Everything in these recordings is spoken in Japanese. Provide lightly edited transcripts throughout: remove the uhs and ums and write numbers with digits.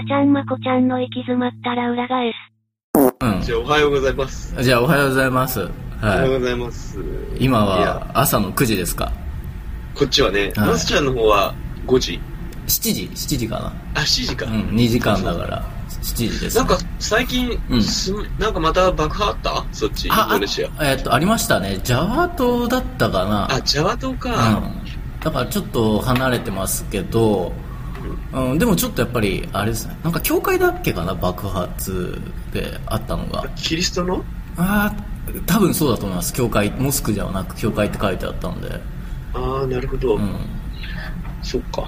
ちゃんまこちゃんの行き詰まったら裏返す。 じゃあおはようございます。 じゃあおはようございます。はい、 おはようございます。 今は朝の9時ですか？ こっちはね、マスちゃんの方は5時 ?7 時かな。 あ、7時か。 2時間だから7時です、ね。 なんか最近、なんかまた爆破あった？そっち、インドネシア。 ありましたね。ジャワ島だったかな。 ジャワ島か。 だからちょっと離れてますけど、でもちょっとやっぱりあれですね。なんか教会だっけかな、爆発であったのが。 キリストの？ 多分そうだと思います。教会、モスクではなく教会って書いてあったんで。 なるほど。そっか。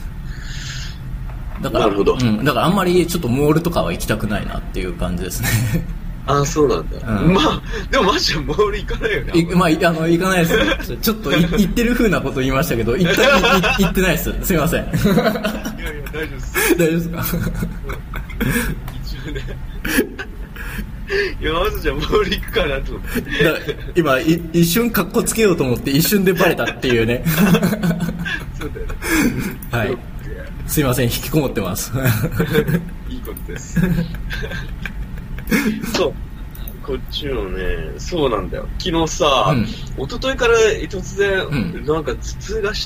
だからなるほど。 だからあんまりちょっとモールとかは行きたくないなっていう感じですね。 そうなんだ。まあでもマジでモール行かないよね。 行かないです。ちょっと言ってる風なこと言いましたけど、行ってないです。すいません。いや大丈夫です。 大丈夫ですか？ 一応ね。いや、まずじゃあモール行くかなと思って。 今一瞬カッコつけようと思って一瞬でバレたっていうね。 そうだよね。 はい。すいません、引きこもってます。 いいことです。そう。こっちのね、そうなんだよ。昨日さ、一昨日から突然、なんか頭痛がして。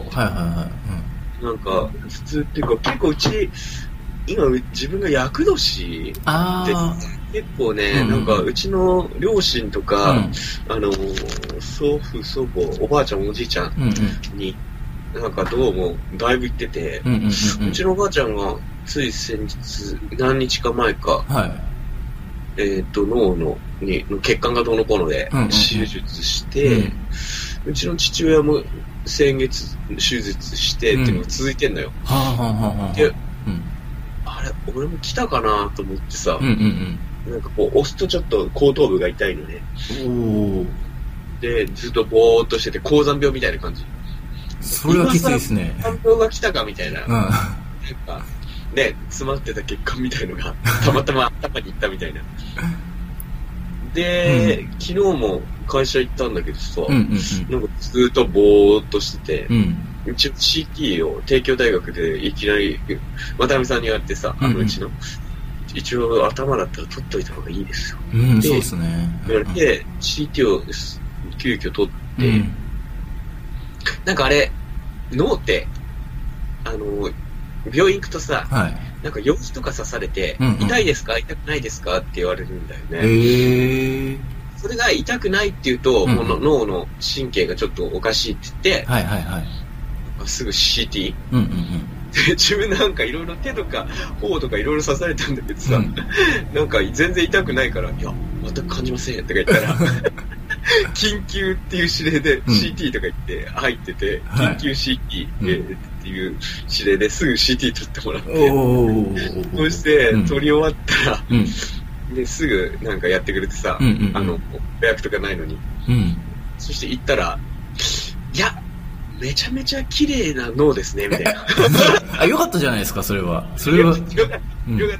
なんか頭痛っていうか、結構うち、今自分が厄年で、結構ね、なんかうちの両親とか、祖父、祖母、おばあちゃん、おじいちゃんに、なんかどうもだいぶ行ってて、うちのおばあちゃんがつい先日、何日か前か、脳の血管がどうのこうので手術して、うちの父親も先月手術してっていうのが続いてんのよ。で、あれ、俺も来たかなと思ってさ、なんかこう押すとちょっと後頭部が痛いのね。で、ずっとぼーっとしてて高山病みたいな感じ。 それはきついですね。 高山病が来たかみたいな。なんかね、詰まってた血管みたいのがたまたま頭に行ったみたいな。で、昨日も会社行ったんだけどさ、なんかずっとぼーっとしてて、うち CT を帝京大学でいきなり渡辺さんに言われてさ、うちの一応頭だったら取っといた方がいいですよ。 そうですね。 言われて CT を急遽取って、なんかあれ脳って病院行くとさ、なんか腰とか刺されて、痛いですか痛くないですかって言われるんだよね。それが痛くないって言うと、この脳の神経がちょっとおかしいって言って、すぐ CT。で自分なんかいろいろ手とか頬とかいろいろ刺されたんだけどさ、なんか全然痛くないから、いや、全く感じませんとか言ったら、緊急っていう指令で CT とか言って入ってて、緊急 CT っていう指令ですぐ CT 取ってもらって、そして取り終わったら、ですぐなんかやってくれてさ、予約とかないのに。そして行ったら、いや、めちゃめちゃ綺麗な脳ですね、みたいな。 よかったじゃないですか、それは。 よかったよ。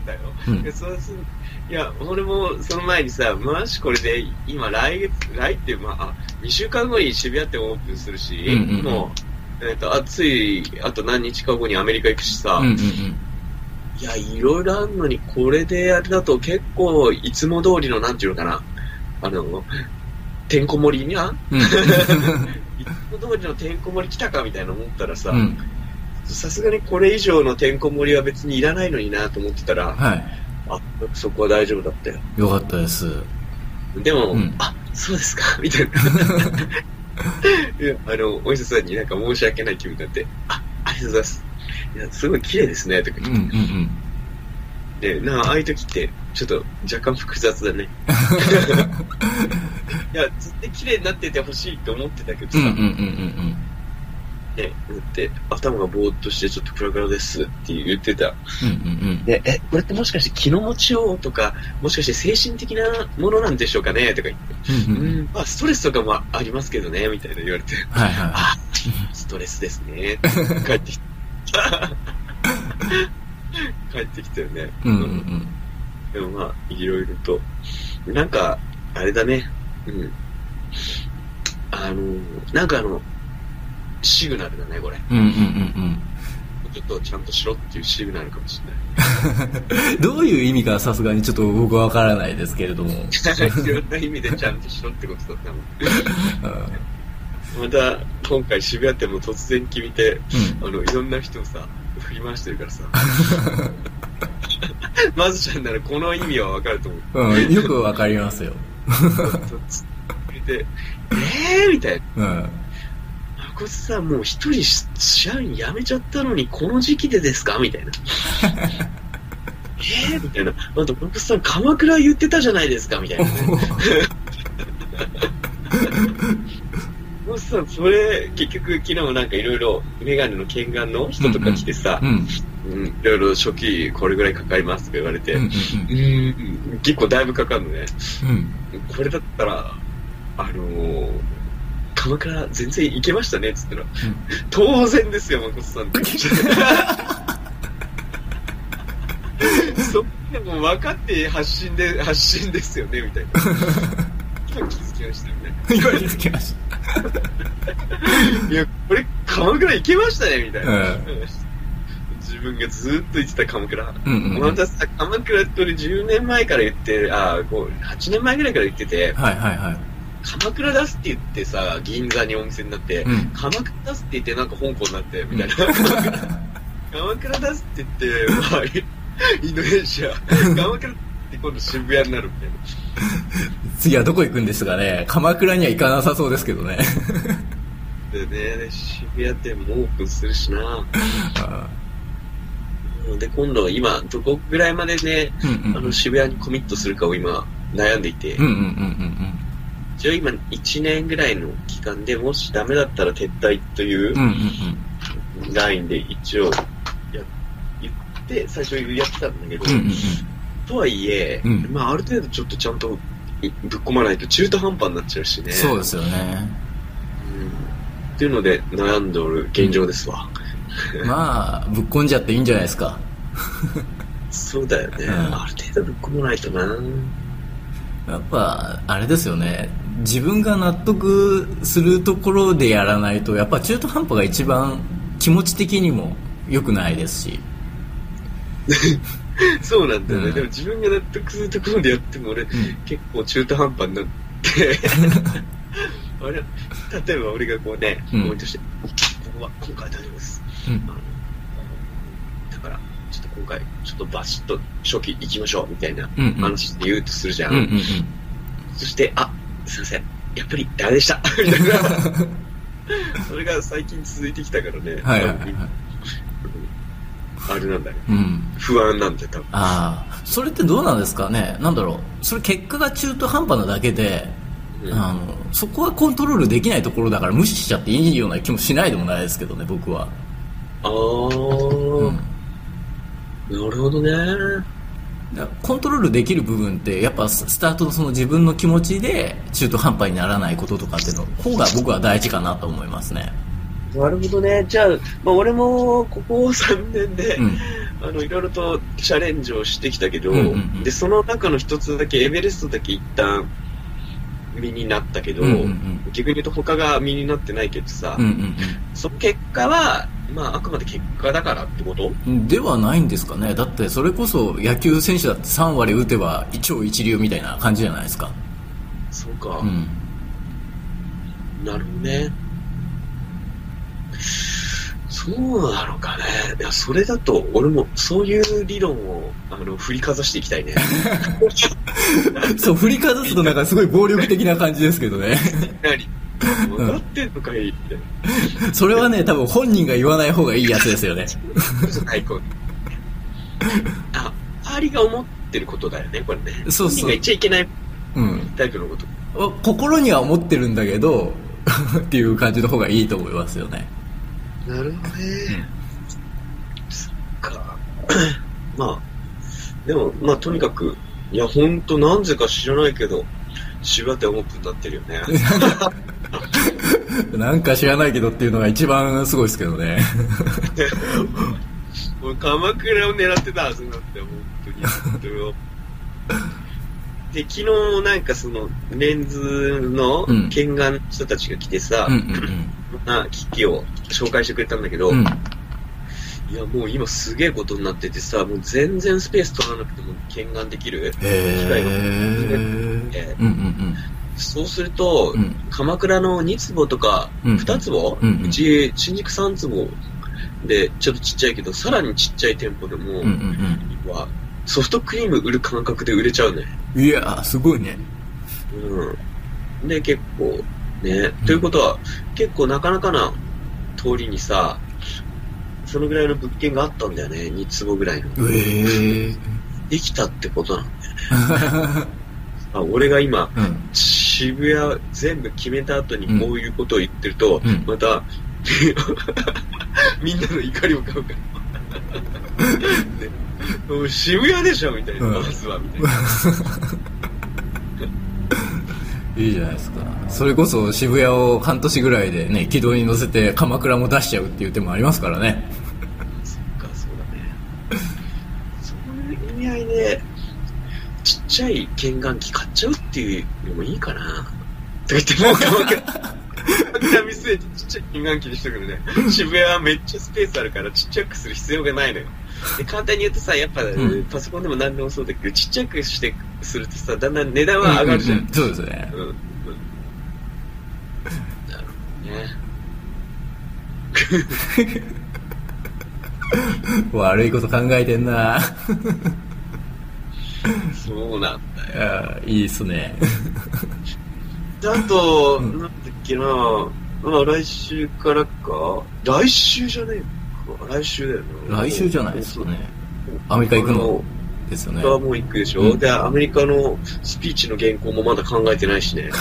いや、俺もその前にさ、もしこれで今来って、2週間後に渋谷店オープンするし、もう、あと何日か後にアメリカ行くしさ、いや、いろいろあるのに、これであれだと結構いつも通りの、なんていうのかな、てんこ盛りには、いつも通りのてんこ盛り来たかみたいな思ったらさ、さすがにこれ以上のてんこ盛りは別にいらないのになと思ってたら、そこは大丈夫だったよ。 よかったです。 でも、そうですかみたいな。お医者さんになんか申し訳ない気分になって、ありがとうございます。いや、すごい綺麗ですね、とか言って。で、ああいう時って、ちょっと若干複雑だね。いや、ずっと綺麗になっててほしいって思ってたけどさ、だって頭がぼーっとしてちょっとクラクラですって言ってた。で、これってもしかして気の持ちようとか、もしかして精神的なものなんでしょうかねとか言って、ストレスとかもありますけどねみたいな言われて、ストレスですねって帰ってきた。帰ってきたよね。でもいろいろとなんかあれだね。なんかシグナルだねこれ。 ちょっとちゃんとしろっていうシグナルかもしれない。 どういう意味かさすがにちょっと僕はわからないですけれども。いろんな意味でちゃんとしろってことだったもん。また今回渋谷店も突然決めて、いろんな人をさ振り回してるからさまずちゃんならこの意味はわかると思う。 よくわかりますよ。 でみたいな。こいつさ、もう一人社員辞めちゃったのにこの時期でですかみたいな。みたいな。あと僕さ、鎌倉言ってたじゃないですかみたいな、ね。もうさ、それ結局昨日なんかいろいろメガネの見眼の人とか来てさ、いろいろ初期これぐらいかかりますとか言われて、結構だいぶかかるのね。これだったら鎌倉全然行けましたねっつったら、当然ですよ誠さんってそれもう分かって発信ですよねみたいな。今気づきましたよね。 今気づきました。 いやこれ鎌倉行けましたねみたいな、自分がずっと言ってた鎌倉、またさ鎌倉って俺10年前から言って8年前ぐらいから言ってて、鎌倉出すって言ってさ銀座にお店になって、鎌倉出すって言ってなんか香港になってみたいな。鎌倉出すって言って、インドネシア鎌倉って今度渋谷になるみたいな。 次はどこ行くんですかね。鎌倉には行かなさそうですけどね。 でね、渋谷店もオープンするしな。で今度今どこぐらいまでね、渋谷にコミットするかを今悩んでいて、一応今1年ぐらいの期間でもしダメだったら撤退というラインで一応言って最初やってたんだけど、とはいえ、ある程度ちょっとちゃんとぶっ込まないと中途半端になっちゃうしね。 そうですよね。 っていうので悩んでおる現状ですわ。 まあぶっ込んじゃっていいんじゃないですか。 そうだよね、ある程度ぶっ込まないとな。 やっぱあれですよね、自分が納得するところでやらないとやっぱ中途半端が一番気持ち的にも良くないですし。 そうなんだよね、でも自分が納得するところでやっても俺、結構中途半端になって例えば俺がこうね、コメントして今回大丈夫です、だからちょっと今回ちょっとバシッと初期行きましょうみたいな話で言うとするじゃん、そしてすいませんやっぱりダメでしたみたいなそれが最近続いてきたからね、あれなんだよ、不安なんだよ多分。 それってどうなんですかね。なんだろう、それ結果が中途半端なだけで、そこはコントロールできないところだから無視しちゃっていいような気もしないでもないですけどね、僕は。なるほどね。 コントロールできる部分ってやっぱスタートのその自分の気持ちで中途半端にならないこととかっていうの方が僕は大事かなと思いますね。 なるほどね。じゃあ、俺もここ3年で、いろいろとチャレンジをしてきたけど、でその中の一つだけエベレストだけ一旦身になったけど、逆に言うと他が身になってないけどさ、その結果はあくまで結果だからってことではないんですかね。だってそれこそ野球選手だって3割打てば超一流みたいな感じじゃないですか。 そうか、なるほどね。そうなのかね。いやそれだと俺もそういう理論を振りかざしていきたいね。 そう振りかざすとなんかすごい暴力的な感じですけどね。 何分かってんのかいみたいな。 それはね多分本人が言わない方がいいやつですよね。 周りが思ってることだよねこれね。 そうそう。 本人が言っちゃいけないタイプのこと。 心には思ってるんだけどっていう感じの方がいいと思いますよね。 なるほどね。そっか。でもとにかくいや本当なんぜか知らないけど渋谷店オープンになってるよね。 なんか知らないけどっていうのが一番すごいですけどね。 もう鎌倉を狙ってたはずなんだよ本当に。で昨日なんかそのレンズの見眼の人たちが来てさ、機器を紹介してくれたんだけど、 いや、もう今すげえことになっててさ、もう全然スペース取らなくても見学できる機会がそうすると、鎌倉の2坪とか2坪、うち新宿3坪でちょっとちっちゃいけど、さらにちっちゃい店舗でも、ソフトクリーム売る感覚で売れちゃうね。 いやー、すごいね。 で、結構ね、ということは結構なかなかな通りにさ、そのぐらいの物件があったんだよね。2坪ぐらいの。できたってことなんだよね。俺が今、渋谷全部決めた後にこういうことを言ってると、またみんなの怒りを買うからね、渋谷でしょみたいな、まずはみたいな。 いいじゃないですか。それこそ渋谷を半年ぐらいでね、軌道に乗せて鎌倉も出しちゃうっていう手もありますからね。 そっか、そうだね。そういう意味合いでちっちゃい検眼器買っちゃうっていうのもいいかなと言って、もう鎌倉見据えてちっちゃい検眼器にしとくのね。渋谷はめっちゃスペースあるからちっちゃくする必要がないのよ。で、簡単に言うとさ、やっぱ、パソコンでも何でもそうだけど、ちっちゃくするとさ、だんだん値段は上がるじゃん。 そうですね。 なるほどね。悪いこと考えてんな。 そうなんだよ。 いいっすね。 あと、なんだっけな、来週からか。来週じゃねえか。来週だよな。 来週じゃないですかね。アメリカ行くのですよね。 もう行くでしょ。で、アメリカのスピーチの原稿もまだ考えてないしね。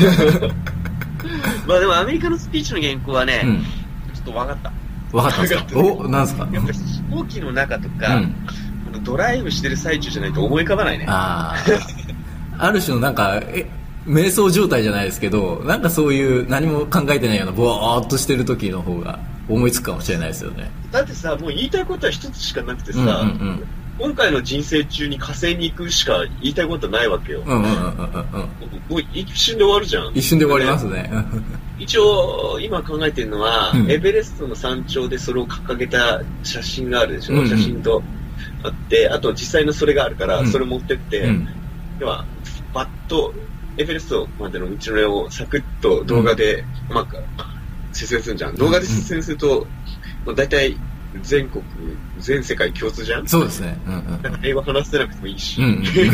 まあでもアメリカのスピーチの原稿はね、ちょっと分かった。 分かったんですか？お、なんすか？ やっぱり飛行機の中とか、ドライブしてる最中じゃないと思い浮かばないね。ある種のなんか、瞑想状態じゃないですけど、なんかそういう何も考えてないようなぼーっとしてる時の方が思いつくかもしれないですよね。 だってさ、もう言いたいことは一つしかなくてさ、今回の人生中に火星に行くしか言いたいことないわけよ。もう一瞬で終わるじゃん。 一瞬で終わりますね。 一応今考えてるのは、エベレストの山頂でそれを掲げた写真があるでしょ。写真とあって、あと実際のそれがあるから、それ持ってって、ではバッとエベレストまでの道のりをサクッと動画でうまく説明するんじゃん。動画で説明すると、だいたい全国、全世界共通じゃん。 そうですね。 だから英語話せなくてもいいし。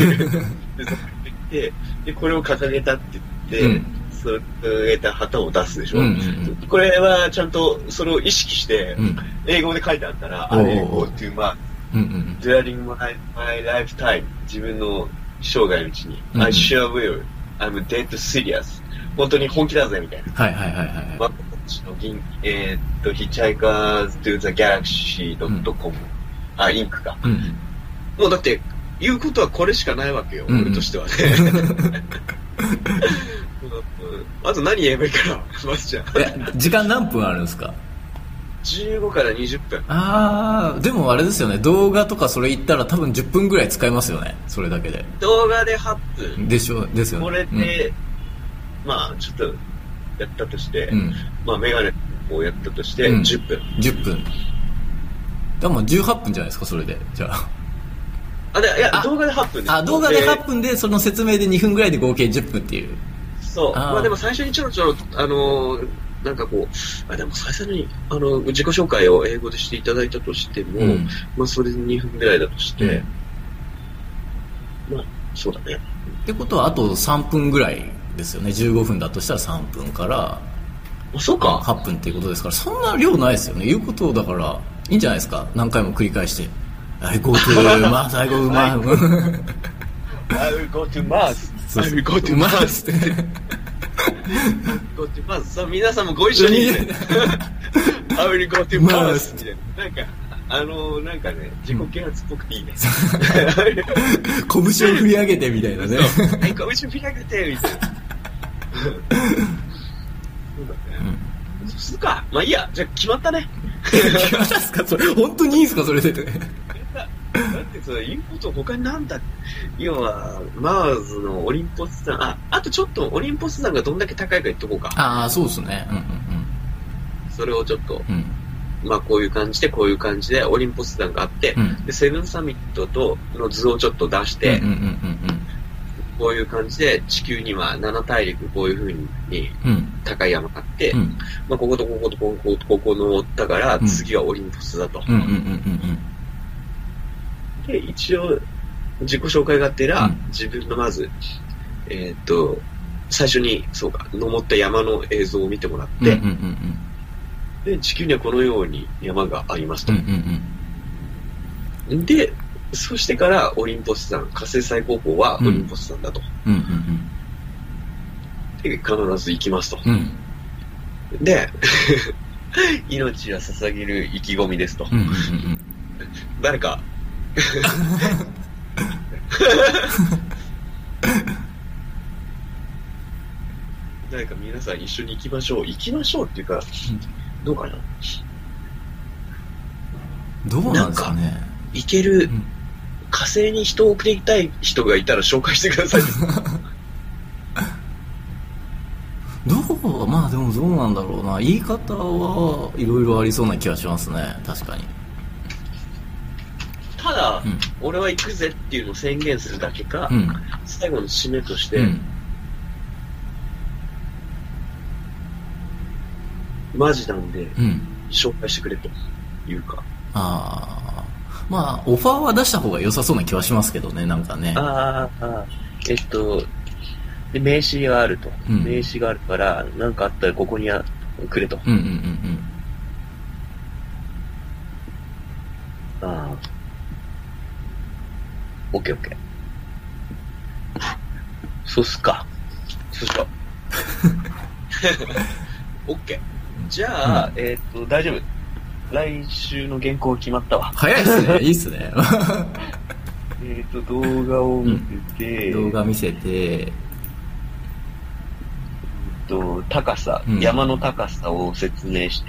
で、これを掲げたって言って、掲げた旗を出すでしょ。これはちゃんとそれを意識して、英語で書いてあったら、I go to Mars during my lifetime 自分の生涯のうちに、I sure will, I'm dead serious 本当に本気だぜみたいな。Hitchhikers to the Galaxy.com インクか。もうだって言うことはこれしかないわけよ、俺としてはね。あと何言えばいいかな、まずじゃん。 時間何分あるんですか ？15から20分。 でもあれですよね、動画とかそれ言ったら多分10分ぐらい使えますよね、それだけで。 動画で8分。 ですよね。 これで、まあちょっとやったとして、まあメガネをやったとして10分。 10分。でも18分じゃないですか、それで。じゃあ。 いや、動画で8分です。 動画で8分で、その説明で2分ぐらいで合計10分っていう。 そう。まあでも最初にちょろちょろ、なんかこう、でも最初に、自己紹介を英語でしていただいたとしても、まあそれで2分ぐらいだとして、まあ、そうだね。 ってことは、あと3分ぐらいですよね。15分だとしたら3分から、 そうか。 8分っていうことですから、そんな量ないですよね。言うことだから、いいんじゃないですか。何回も繰り返して。I go to Mars, I go to Mars. I will go to Mars. I will go to Mars. go to Mars. さあ皆さんもご一緒に。I will go to Mars. みたいな。なんかね、自己啓発っぽくていいね。 拳を振り上げてみたいなね。 拳を振り上げてみたいな。そうだね。そうするか。まあいいや。じゃあ決まったね。 決まったっすかそれ。本当にいいんすかそれで。 だってさ、言うこと他になんだ要は、マーズのオリンポス山、あとちょっとオリンポス山がどんだけ高いか言っとこうか。 そうですね。 それをちょっと、 まあこういう感じでオリンポス山があって、でセブンサミットとの図をちょっと出して、こういう感じで地球には7大陸こういう風に高い山があって、まあこことこことここ登ったから次はオリンポスだと。で一応自己紹介がてら、自分のまず最初に登った山の映像を見てもらって、で地球にはこのように山がありますと。でそしてからオリンポス山、火星最高峰はオリンポス山だと。で必ず行きますと。で命は捧げる意気込みですと。誰か誰か皆さん一緒に行きましょうっていうか、どうかな、 どうなんですかね。 行ける、火星に人を送りたい人がいたら紹介してくださいまあでもどうなんだろうな。言い方はいろいろありそうな気がしますね。確かに。 ただ、俺は行くぜっていうのを宣言するだけか、最後の締めとして、マジなんで、紹介してくれというか。 まあオファーは出した方が良さそうな気はしますけどね、なんかね。 で名刺があると、名刺があるから何かあったらここにくれと。オッケー。そうしよう。オッケー。じゃあ、大丈夫。来週の原稿決まったわ。 早いっすね。いいっすね。 動画を見て、 動画見せて、 高さ、山の高さを説明して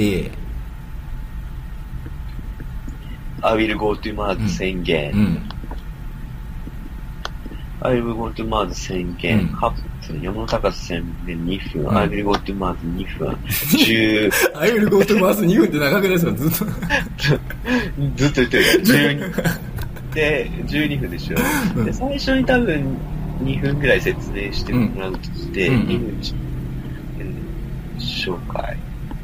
、I will go to Mars 宣言。I will go to Mars 宣言。8分、山の高さ宣言2分。I will go to Mars 2分。 I will go to Mars 2分って長くないですか、ずっと。 ずっと言ってるから。で、12分でしょ。で、最初に多分2分ぐらい説明してもらうとして、2分紹介。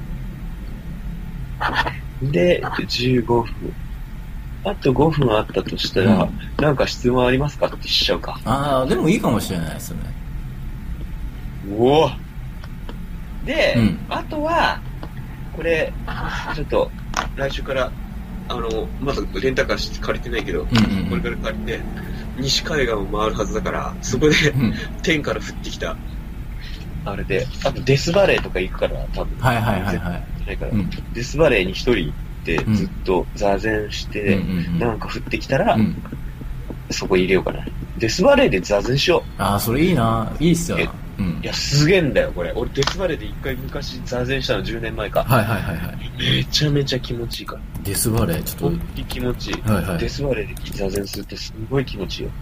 で、15分。あと5分あったとしたら、なんか質問ありますかってしちゃうか。 でもいいかもしれないですね。 おお。で、あとは、これ、ちょっと、来週から、まだレンタカー借りてないけど、これから借りて、西海岸を回るはずだから、そこで、天から降ってきた、あれで、あとデスバレーとか行くから、多分。デスバレーに一人行って、ずっと座禅して、なんか降ってきたら、そこ入れようかな。デスバレーで座禅しよう。それいいな。いいっすよ。 いや、すげえんだよ、これ。俺、デスバレーで一回昔座禅したの10年前か。めちゃめちゃ気持ちいいから。 デスバレー、ちょっと。 本当に気持ちいい。デスバレーで座禅するってすごい気持ちいいよ。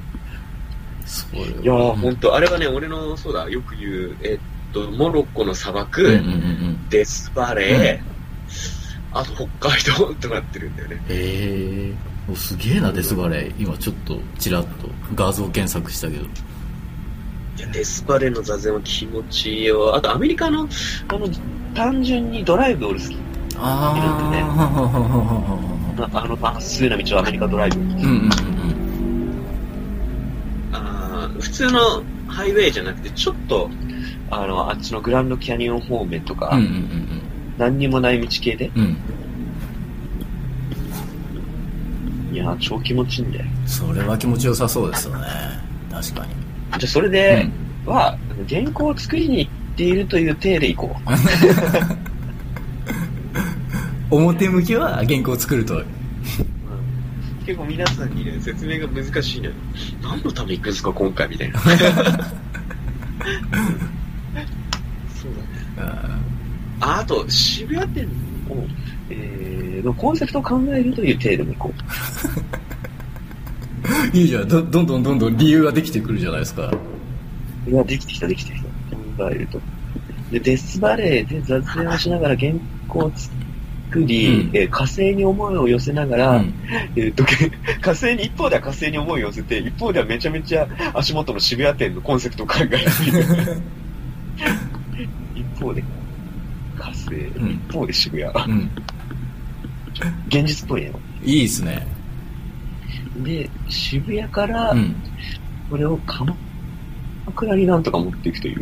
いやー、ほんと、あれはね、俺の、そうだ、よく言う、モロッコの砂漠、デスバレー、あと北海道となってるんだよね。 すげえな、デスバレー。今ちょっと、ちらっと画像検索したけど。 いや、デスバレーの座禅は気持ちいいよ。あと、アメリカの、単純にドライブ俺好き。いるんでね。まっすぐな道をアメリカドライブ。普通のハイウェイじゃなくて、ちょっと、あっちのグランドキャニオン方面とか、何にもない道系で。いや、超気持ちいいんだよ。 それは気持ちよさそうですよね。確かに。 じゃあ、それで、原稿を作りに行っているという体で行こう。表向きは原稿を作ると。 結構皆さんにね、説明が難しいのよ。何のために行くんですか、今回みたいな。そうだね。あと、渋谷店のコンセプトを考えるという程度に行こう。いいじゃん。どんどん理由ができてくるじゃないですか。 いや、できてきた。考えると。で、デスバレーで雑談をしながら原稿をくり、火星に思いを寄せながら、火星に、一方では火星に思いを寄せて、一方ではめちゃめちゃ足元の渋谷店のコンセプトを考えている。一方で火星、一方で渋谷。現実っぽいね。 いいですね。 で、渋谷から、これを鎌倉になんとか持っていくという。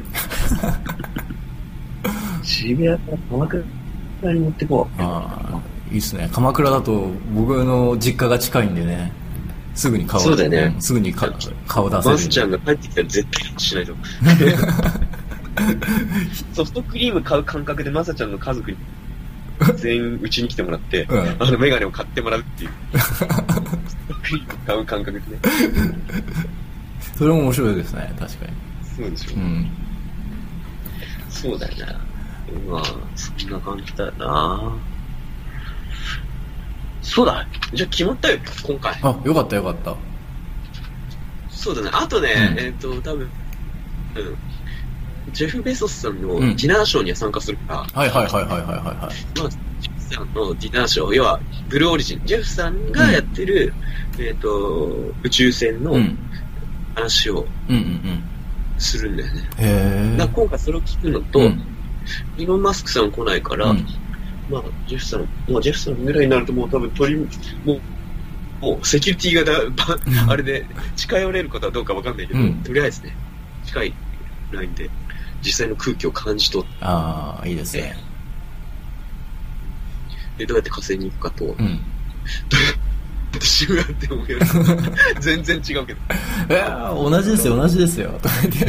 渋谷から鎌倉に持っていこう。 いいっすね。鎌倉だと僕の実家が近いんでね、すぐに顔そうだよね。 すぐに顔出せる。 マスちゃんが帰ってきたら絶対しないと。ソフトクリーム買う感覚でマサちゃんの家族に全員うちに来てもらって、メガネを買ってもらうっていう。ソフトクリーム買う感覚でね。 それも面白いですね、確かに。 そうでしょ。そうだよね。まあ、そんな感じだよな。そうだ。じゃあ決まったよ、今回。 よかったよかった。そうだね。 あとね、多分、ジェフ・ベソスさんのディナーショーには参加するから。 はい。まあ、 ジェフさんのディナーショー、要は、ブルーオリジン。ジェフさんがやってる、宇宙船の話をするんだよね。だから今回それを聞くのと、イーロン・マスクさん来ないから、まあ、ジェフさんぐらいになるともう多分もうセキュリティがあれで近寄れることはどうかわかんないけど、とりあえずね、近いラインで実際の空気を感じ取って。 いいですね。 で、どうやって火星に行くかと、どうやって渋谷って思うよ。全然違うけど。 いや同じですよ。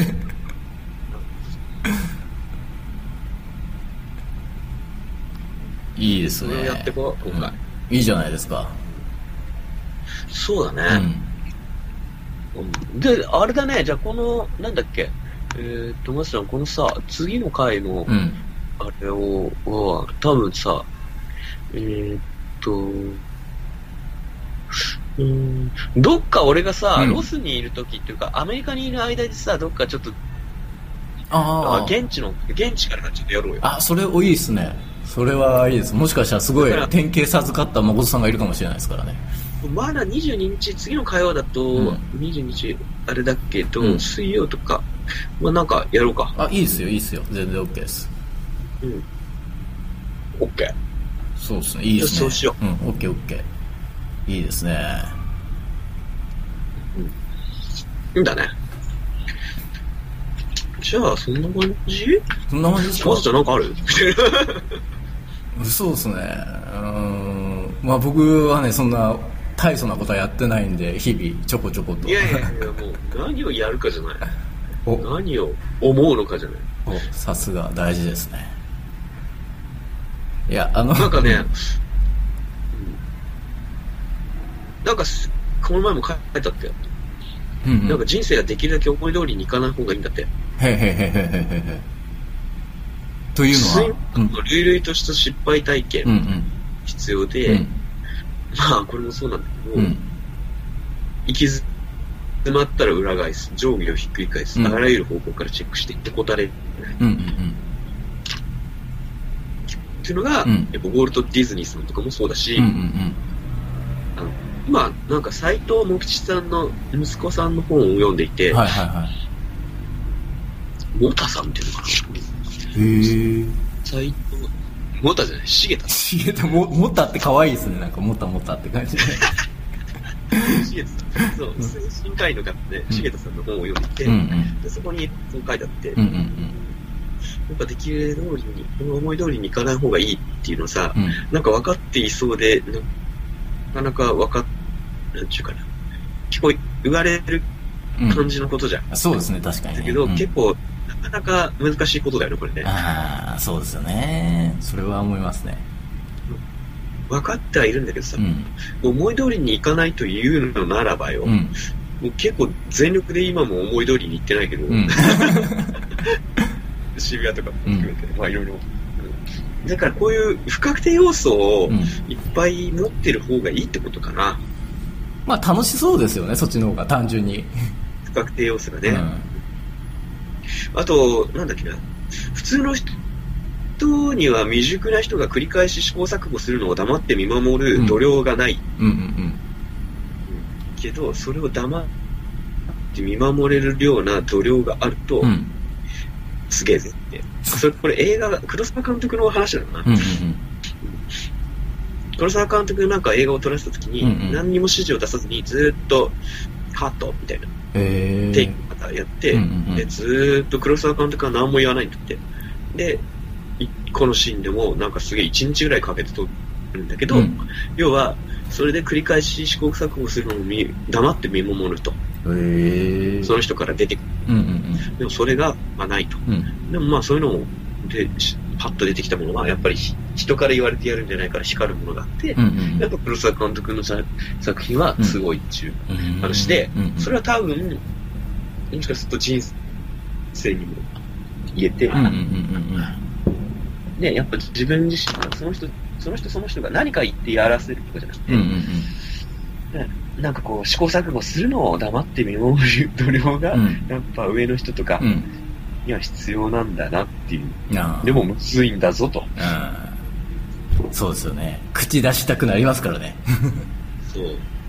いいですね。 やってこう、今回。 いいじゃないですか。 そうだね。で、あれだね、じゃあこの、なんだっけ、マスちゃん、このさ、次の回の、あれを、多分さ、どっか俺がさ、ロスにいる時っていうか、アメリカにいる間でさ、どっかちょっと、現地からちょっとやろうよ。 それいいですね。それはいいです。もしかしたらすごい典型授かった誠さんがいるかもしれないですからね。 まだ22日、次の火曜だと、22日、あれだけど、水曜とか、まあなんかやろうか。 いいですよ。全然 OK です。 OK。 そうですね。いいですね。 そうしよう。 OK。いいですね。 いいんだね。じゃあ、そんな感じですか？マスちゃんなんかある？ そうですね。まあ僕はね、そんな大層なことはやってないんで、日々ちょこちょこと。 いや、もう何をやるかじゃない。何を思うのかじゃない。 さすが大事ですね。いや、 なんかね、なんかこの前も書いたって。なんか人生ができるだけ思い通りにいかない方がいいんだって。 というのは、 類々とした失敗体験必要で、まあこれもそうなんだけど、行き詰まったら裏返す、上下をひっくり返す、あらゆる方向からチェックしていって答える。っていうのが、やっぱウォルト・ディズニーさんとかもそうだし、今なんか斎藤茂吉さんの息子さんの本を読んでいて、モタさんっていうのかな。斎藤モタじゃない、シゲタ。 モタって可愛いですね。なんかモタって感じで。 シゲタさん、そう、精神科医の方でシゲタさんの本を読んでいて、でそこにそう書いてあって、やっぱできる通りに、思い通りにいかない方がいいっていうのさ、なんか分かっていそうで、なかなかなんちゅうかな、結構言われる感じのことじゃん。 そうですね、確かに、ね。 だけど、結構、なかなか難しいことだよね、これね。 そうですよね。それは思いますね。 分かってはいるんだけどさ、思い通りにいかないというのならばよ、もう結構全力で今も思い通りにいってないけど、渋谷とかも含めて、まあいろいろ。だからこういう不確定要素をいっぱい持ってる方がいいってことかな。 まあ楽しそうですよね、そっちの方が単純に。 不確定要素がね。あと、なんだっけな、普通の人人には未熟な人が繰り返し試行錯誤するのを黙って見守る度量がない。けど、それを黙って見守れるような度量があると、すげえぜって。これ映画、黒沢監督の話だな。黒沢監督なんか映画を撮らせた時に、何にも指示を出さずにずっとカットみたいなテイク方やって、でずっと黒沢監督は何も言わないんだって。で、このシーンでもなんかすげえ1日ぐらいかけて撮るんだけど、要はそれで繰り返し試行錯誤するのを黙って見守ると。その人から出てくる。でもそれが、ないと。でもまあそういうのをでパッと出てきたものはやっぱり人から言われてやるんじゃないから光るものがあって、やっぱ黒沢監督の作品はすごいっていう話で、それは多分もしかすると人生にも言えて、でやっぱ自分自身がその人が何か言ってやらせるとかじゃなくて、なんかこう試行錯誤するのを黙って見守る度量がやっぱ上の人とかには必要なんだなっていう、でもむずいんだぞと。 そうですよね。口出したくなりますからね。 そう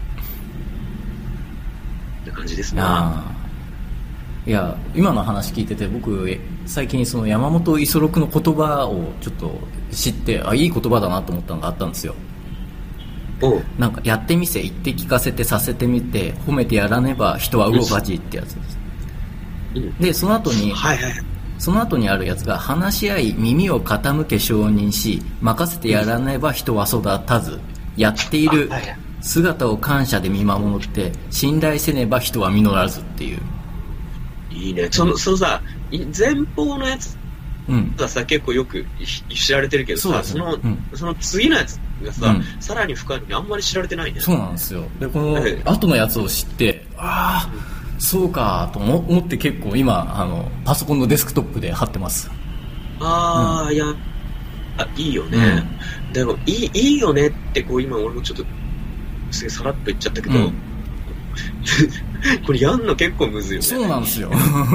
って感じですね。 いや今の話聞いてて、僕最近その山本五十六の言葉をちょっと知って、いい言葉だなと思ったのがあったんですよ。なんかやってみせ、言って聞かせてさせてみて、褒めてやらねば人は動かじってやつです。でその後に、その後にあるやつが、話し合い耳を傾け承認し、任せてやらねば人は育たず、やっている姿を感謝で見守って、信頼せねば人は実らずっていう。 いいね。そのさ、前方のやつがさ、結構よく知られてるけどさ、その次のやつがさ、さらに深いのにあんまり知られてないね。 そうなんですよ。でこの後のやつを知って、そうかと思って、結構今パソコンのデスクトップで貼ってます。 いいよね。でもいいよねってこう今俺もちょっとすげえさらっと言っちゃったけど、これやんの結構むずいよね。 そうなんですよ。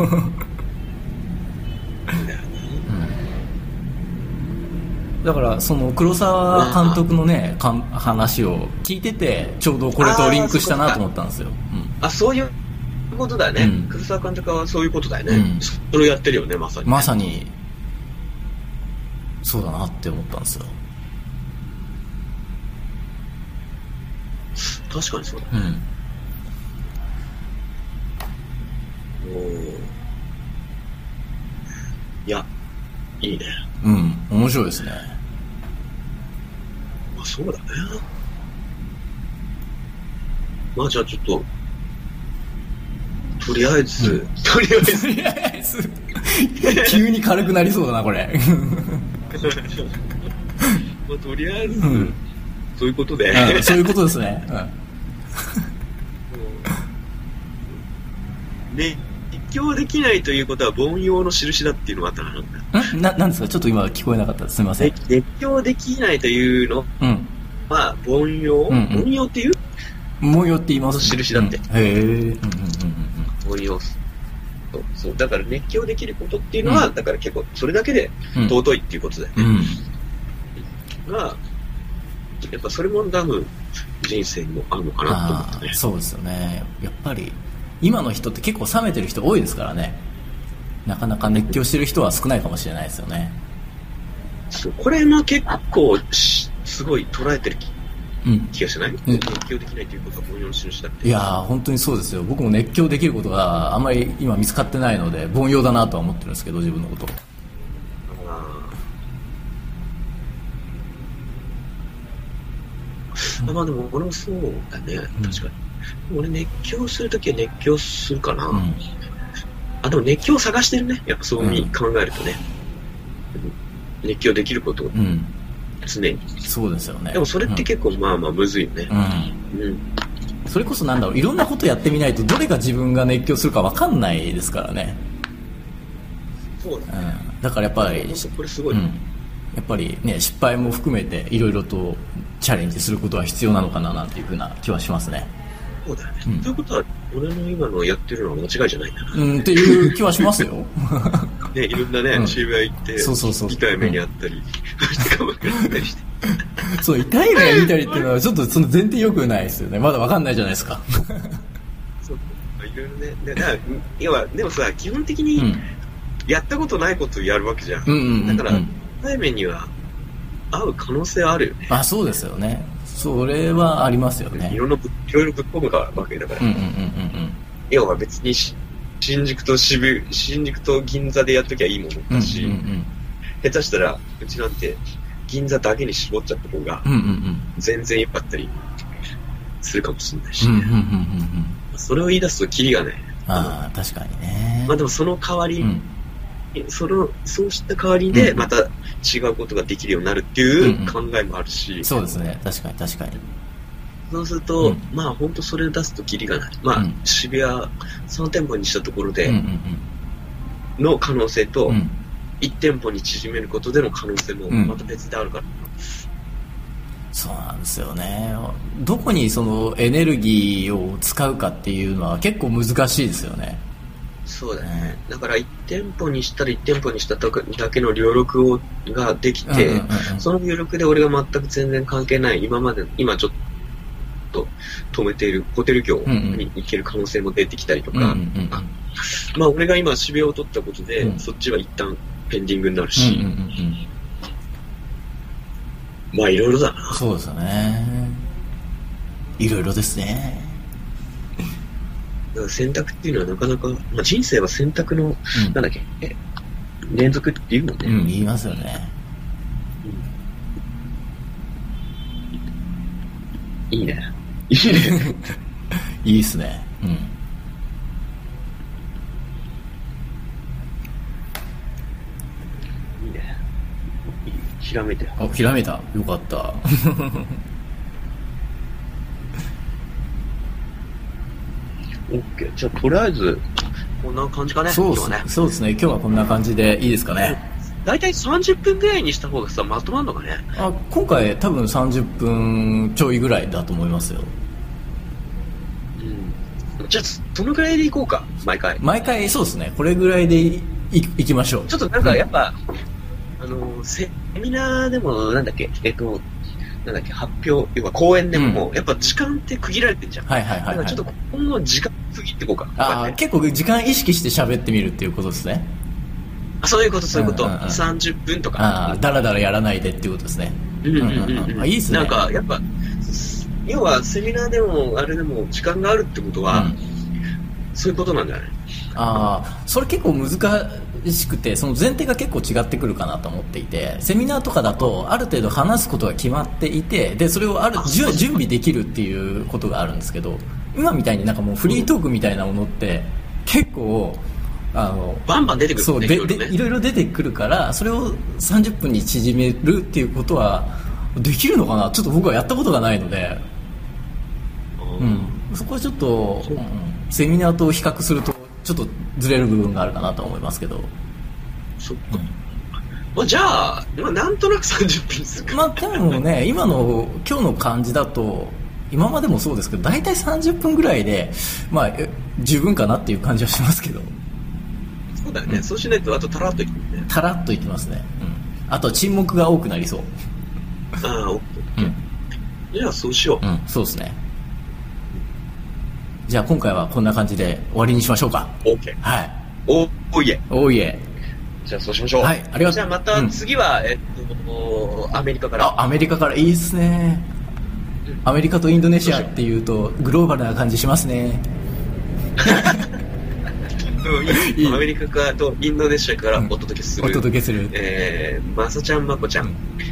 だからその黒沢監督のね、話を聞いてて、ちょうどこれとリンクしたなと思ったんですよ。 そういうことだね。黒沢監督はそういうことだよね。それをやってるよね、まさに。 まさにそうだなって思ったんですよ。 確かにそうだ。いや、いいね。 面白いですね。 そうだね。じゃあちょっととりあえず急に軽くなりそうだなこれ。 とりあえず、そういうことで、 そういうことですね。 熱狂できないということは凡庸の印だっていうのがあったな。なんですか？ちょっと今聞こえなかった。すみません。 熱狂できないというのは凡庸、凡庸っていう？ 凡庸って言いますね。 印だって。凡庸。そうだから熱狂できることっていうのは、だから結構それだけで尊いっていうことだよね。がやっぱそれも多分人生にもあるのかなと思ってね。 そうですよね。やっぱり今の人って結構冷めてる人多いですからね。なかなか熱狂してる人は少ないかもしれないですよね。 これも結構すごい捉えてる気がしない？熱狂できないということは凡庸の印だって。 いやー本当にそうですよ。僕も熱狂できることがあんまり今見つかってないので凡庸だなとは思ってるんですけど、自分のこと。 でも俺もそうだね。確かに。俺熱狂するときは熱狂するかな。でも熱狂を探してるね。やっぱそういうふうに考えるとね。熱狂できることを常に。 そうですよね。 でもそれって結構むずいよね。 それこそいろんなことやってみないとどれが自分が熱狂するか分かんないですからね。 そうだね。 だからやっぱりこれすごい。 やっぱりね、失敗も含めていろいろとチャレンジすることは必要なのかななんていうふうな気はしますね。 そうだよね。ということは俺の今のやってるのは間違いじゃないんだな。 っていう気はしますよ。 ね、いろんなね、渋谷行って、痛い目にあったり、 そう、痛い目見たりっていうのは、ちょっとその前提良くないですよね。まだわかんないじゃないですか。 そう、いろいろね。だから、要は、でもさ、基本的に、やったことないことをやるわけじゃん。だから、痛い目には、合う可能性はあるよね。 あ、そうですよね。それはありますよね。 いろいろぶっ込むわけだから。要は別に新宿と銀座でやっときゃいいものだし、下手したらうちなんて銀座だけに絞っちゃった方が全然良かったりするかもしれないし、それを言い出すとキリがない。 ああ、確かにね。 まあでもその代わり、そうした代わりでまた違うことができるようになるっていう考えもあるし、 そうですね。確かに。 そうすると、まあ本当それを出すとキリがない。まあ、渋谷3店舗にしたところでの可能性と、1店舗に縮めることでの可能性もまた別であるから。 そうなんですよね。どこにそのエネルギーを使うかっていうのは結構難しいですよね。 そうだね。だから1店舗にしたら1店舗にしただけの両録ができて、その両録で俺が全く全然関係ない、今ちょっと止めているホテル業に行ける可能性も出てきたりとか、まあ俺が今渋谷を取ったことで、そっちは一旦ペンディングになるし、まあいろいろだな。 そうですよね。いろいろですね。 だから選択っていうのはなかなか、まあ、人生は選択の、なんだっけ、連続って言うもんね。 言いますよね。 いいね。いいね。 いいっすね。 いいね。ひらめいたよ。 あ、ひらめいた。よかった。 オッケー。じゃあとりあえずこんな感じかね。 そうですね。今日はこんな感じでいいですかね。 だいたい30分ぐらいにした方がさまとまるのかね。 今回多分30分ちょいぐらいだと思いますよ。 じゃあどのぐらいでいこうか。毎回そうですね。これぐらいでいきましょう。 ちょっとなんかやっぱ、セミナーでもなんだっけ発表、要は講演でも、やっぱ時間って区切られてるじゃん。だからちょっと今後時間区切っていこうか。 結構時間意識して喋ってみるっていうことですね。 そういうこと。30分とか。 だらだらやらないでっていうことですね。いいですね。 なんかやっぱ、要はセミナーでもあれでも時間があるってことは、そういうことなんじゃない？ それ結構難しくて、その前提が結構違ってくるかなと思っていて、セミナーとかだとある程度話すことが決まっていて、でそれを準備できるっていうことがあるんですけど、今みたいになんかもうフリートークみたいなものって結構バンバン出てくる、ね、 そうでいろいろ出てくるから、それを30分に縮めるっていうことはできるのかな。ちょっと僕はやったことがないので、そこはちょっと、セミナーと比較するとちょっとずれる部分があるかなと思いますけど。 そっか。じゃあ、なんとなく30分ですか。 でもね、今日の感じだと、今までもそうですけど、大体30分ぐらいで、十分かなっていう感じはしますけど。 そうだよね。そうしないと、あとタラッといくね。 タラッといきますね。あと沈黙が多くなりそう。 オッケー。じゃあ、そうしよう。 そうですね。じゃあ今回はこんな感じで終わりにしましょうか。 OK。はい。おいえ。じゃあそうしましょう。 はい、ありがとう。 じゃあまた次は、アメリカから。 アメリカからいいっすね。アメリカとインドネシアっていうとグローバルな感じしますね。 アメリカからとインドネシアからお届けする。まさちゃん、まこちゃん。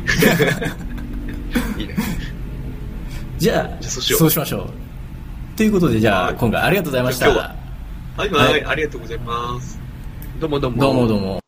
いいね。 じゃあそうしましょう。ということで、じゃあ今回ありがとうございました。 はい、ありがとうございます。どうも。